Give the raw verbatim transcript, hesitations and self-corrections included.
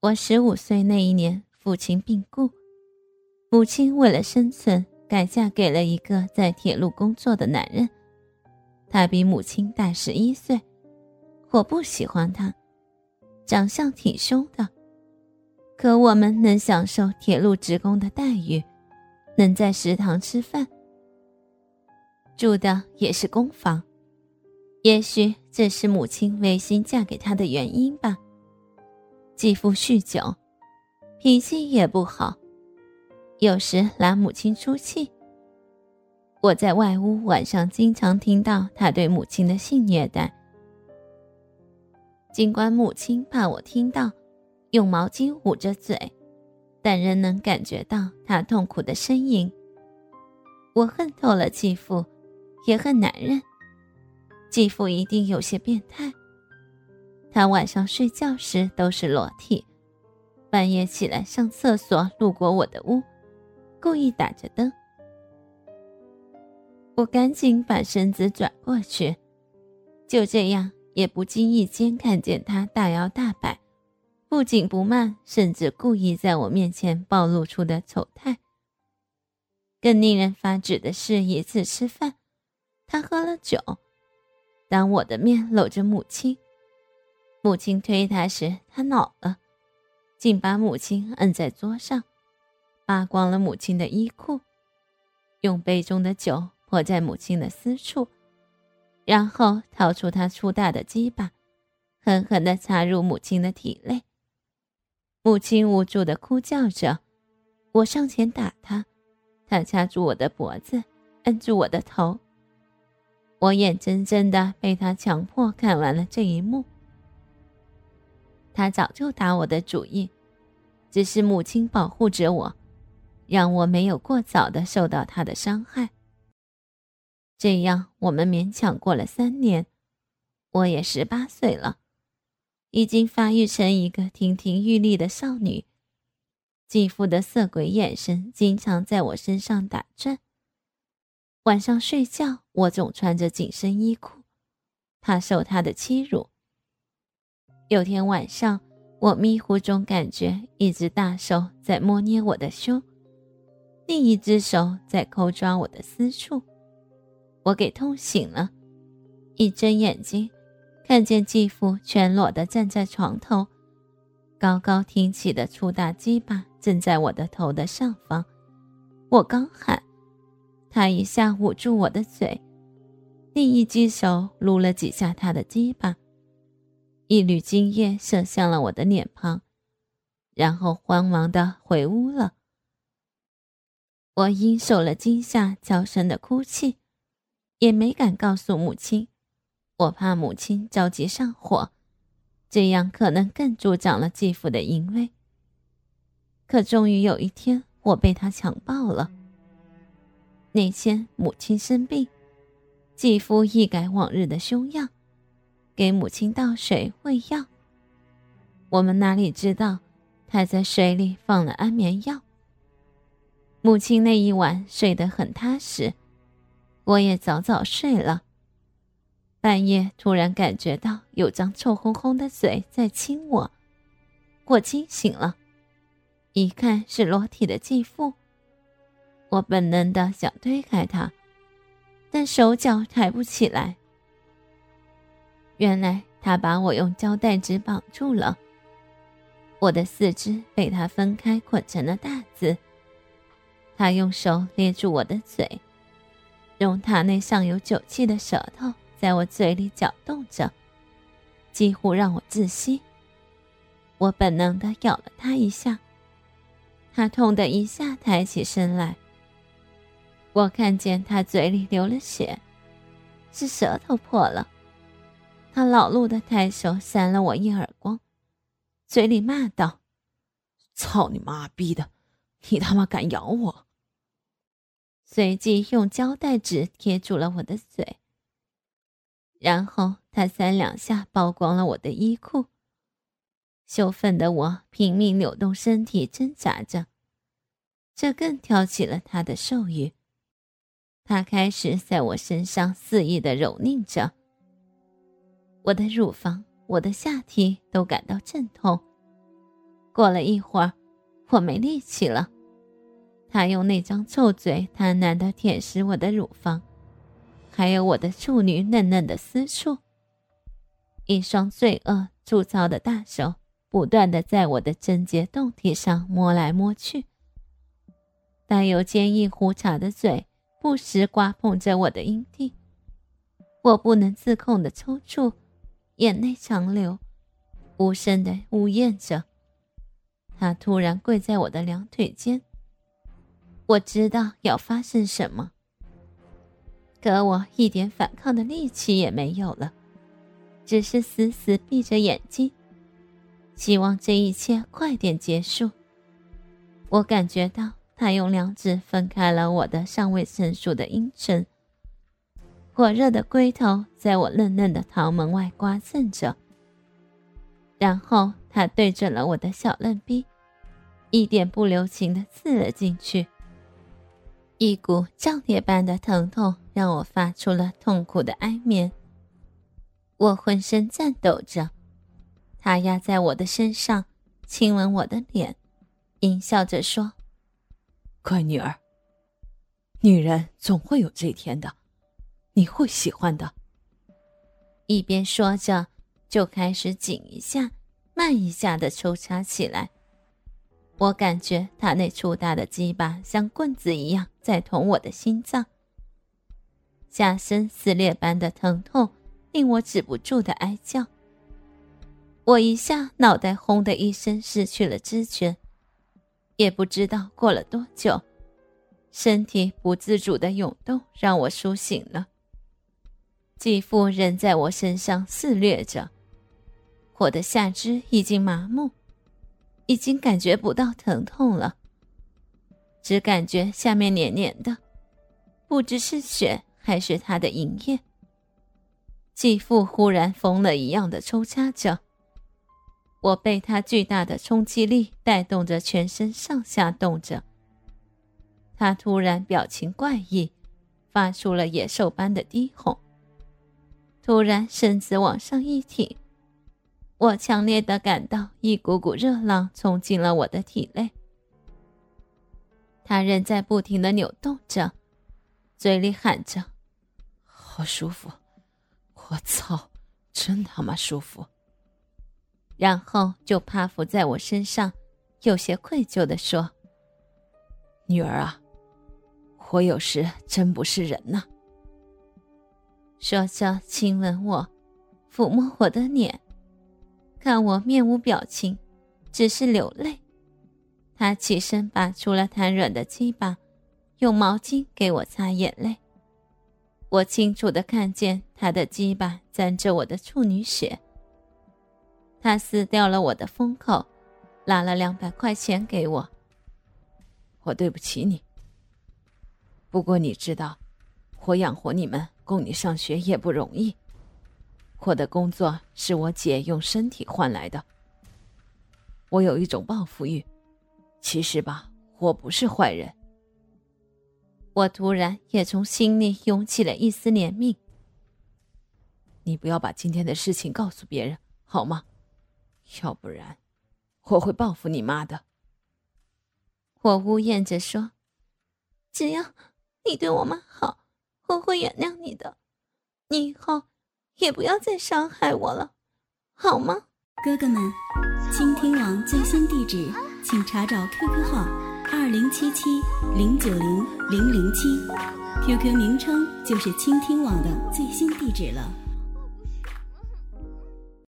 我十五岁那一年，父亲病故，母亲为了生存，改嫁给了一个在铁路工作的男人。他比母亲大十一岁，我不喜欢他，长相挺凶的。可我们能享受铁路职工的待遇，能在食堂吃饭，住的也是公房。也许这是母亲违心嫁给他的原因吧。继父酗酒，脾气也不好，有时拿母亲出气。我在外屋晚上经常听到他对母亲的性虐待。尽管母亲怕我听到，用毛巾捂着嘴，但仍能感觉到他痛苦的呻吟。我恨透了继父，也恨男人。继父一定有些变态。他晚上睡觉时都是裸体，半夜起来上厕所路过我的屋，故意打着灯。我赶紧把身子转过去，就这样也不经意间看见他大摇大摆，不紧不慢，甚至故意在我面前暴露出的丑态。更令人发指的是，一次吃饭，他喝了酒，当我的面搂着母亲。母亲推他时，他恼了，竟把母亲摁在桌上，扒光了母亲的衣裤，用杯中的酒泼在母亲的私处，然后掏出他粗大的鸡巴，狠狠地插入母亲的体内。母亲无助地哭叫着，我上前打他，他掐住我的脖子，摁住我的头。我眼睁睁地被他强迫看完了这一幕。他早就打我的主意，只是母亲保护着我，让我没有过早地受到他的伤害。这样我们勉强过了三年，我也十八岁了，已经发育成一个亭亭玉立的少女。继父的色鬼眼神经常在我身上打转。晚上睡觉，我总穿着紧身衣裤，怕受他的欺辱。有天晚上，我迷糊中感觉一只大手在摸捏我的胸，另一只手在抠抓我的私处。我给痛醒了，一睁眼睛，看见继父全裸地站在床头，高高挺起的粗大鸡巴正在我的头的上方。我刚喊，他一下捂住我的嘴，另一只手撸了几下他的鸡巴，一缕精液射向了我的脸庞，然后慌忙地回屋了。我因受了惊吓娇声的哭泣，也没敢告诉母亲，我怕母亲着急上火，这样可能更助长了继父的淫威。可终于有一天，我被他强暴了。那天母亲生病，继父一改往日的凶样，给母亲倒水喂药。我们哪里知道他在水里放了安眠药。母亲那一晚睡得很踏实，我也早早睡了。半夜突然感觉到有张臭烘烘的嘴在亲我，我惊醒了，一看是裸体的继父。我本能地想推开他，但手脚抬不起来。原来他把我用胶带纸绑住了，我的四肢被他分开捆成了大字。他用手捏住我的嘴，用他那上有酒气的舌头在我嘴里搅动着，几乎让我窒息。我本能地咬了他一下，他痛得一下抬起身来。我看见他嘴里流了血，是舌头破了。他老怒地抬手扇了我一耳光，嘴里骂道：操你妈逼的，你他妈敢咬我！随即用胶带纸贴住了我的嘴，然后他三两下剥光了我的衣裤。羞愤的我拼命扭动身体挣扎着，这更挑起了他的兽欲。他开始在我身上肆意地蹂躏着，我的乳房，我的下体都感到阵痛。 过了一会儿，我没力气了，他用那张臭嘴贪婪地舔舐我的乳房，还有我的处女嫩嫩的私处。一双罪恶粗糙的大手不断地在我的贞洁胴体上摸来摸去，带有坚硬胡茬的嘴不时刮碰着我的阴蒂，我不能自控地抽搐，眼泪长流，无声地呜咽着。他突然跪在我的两腿间，我知道要发生什么，可我一点反抗的力气也没有了，只是死死闭着眼睛，希望这一切快点结束。我感觉到他用两指分开了我的尚未成熟的阴唇，火热的龟头在我嫩嫩的桃门外刮蹭着，然后他对准了我的小嫩逼，一点不留情地刺了进去。一股胀铁般的疼痛让我发出了痛苦的哀鸣，我浑身颤抖着，他压在我的身上，亲吻我的脸，阴笑着说： 乖女儿，女人总会有这一天的，你会喜欢的。 一边说着，就开始紧一下慢一下地抽插起来。我感觉他那粗大的鸡巴像棍子一样在捅我的心脏，下身撕裂般的疼痛令我止不住的哀叫。我一下脑袋轰的一声失去了知觉，也不知道过了多久，身体不自主的涌动让我苏醒了，肌肤仍在我身上肆虐着，我的下肢已经麻木，已经感觉不到疼痛了，只感觉下面黏黏的，不知是血还是他的淫液。肌肤忽然疯了一样的抽插着，我被他巨大的冲击力带动着全身上下动着。他突然表情怪异，发出了野兽般的低吼，突然身子往上一挺，我强烈地感到一股股热浪冲进了我的体内。他仍在不停地扭动着，嘴里喊着： 好舒服，我操，真他妈舒服。 然后就趴伏在我身上，有些愧疚地说： 女儿啊，我有时真不是人呐。 说着亲吻我，抚摸我的脸，看我面无表情，只是流泪。他起身拔出了瘫软的鸡巴，用毛巾给我擦眼泪。我清楚地看见他的鸡巴沾着我的处女血。他撕掉了我的封口，拿了两百块钱给我。 我对不起你，不过你知道，我养活你们，供你上学也不容易。我的工作是我姐用身体换来的。我有一种报复欲，其实吧，我不是坏人。 我突然也从心里涌起了一丝怜悯。 你不要把今天的事情告诉别人，好吗？要不然，我会报复你妈的。 我呜咽着说：只要你对我妈好，我会原谅你的。你以后也不要再伤害我了，好吗？ 哥哥们，倾听网最新地址，请查找 Q Q 号二零七七零九零零零七 ，Q Q 名称就是倾听网的最新地址了。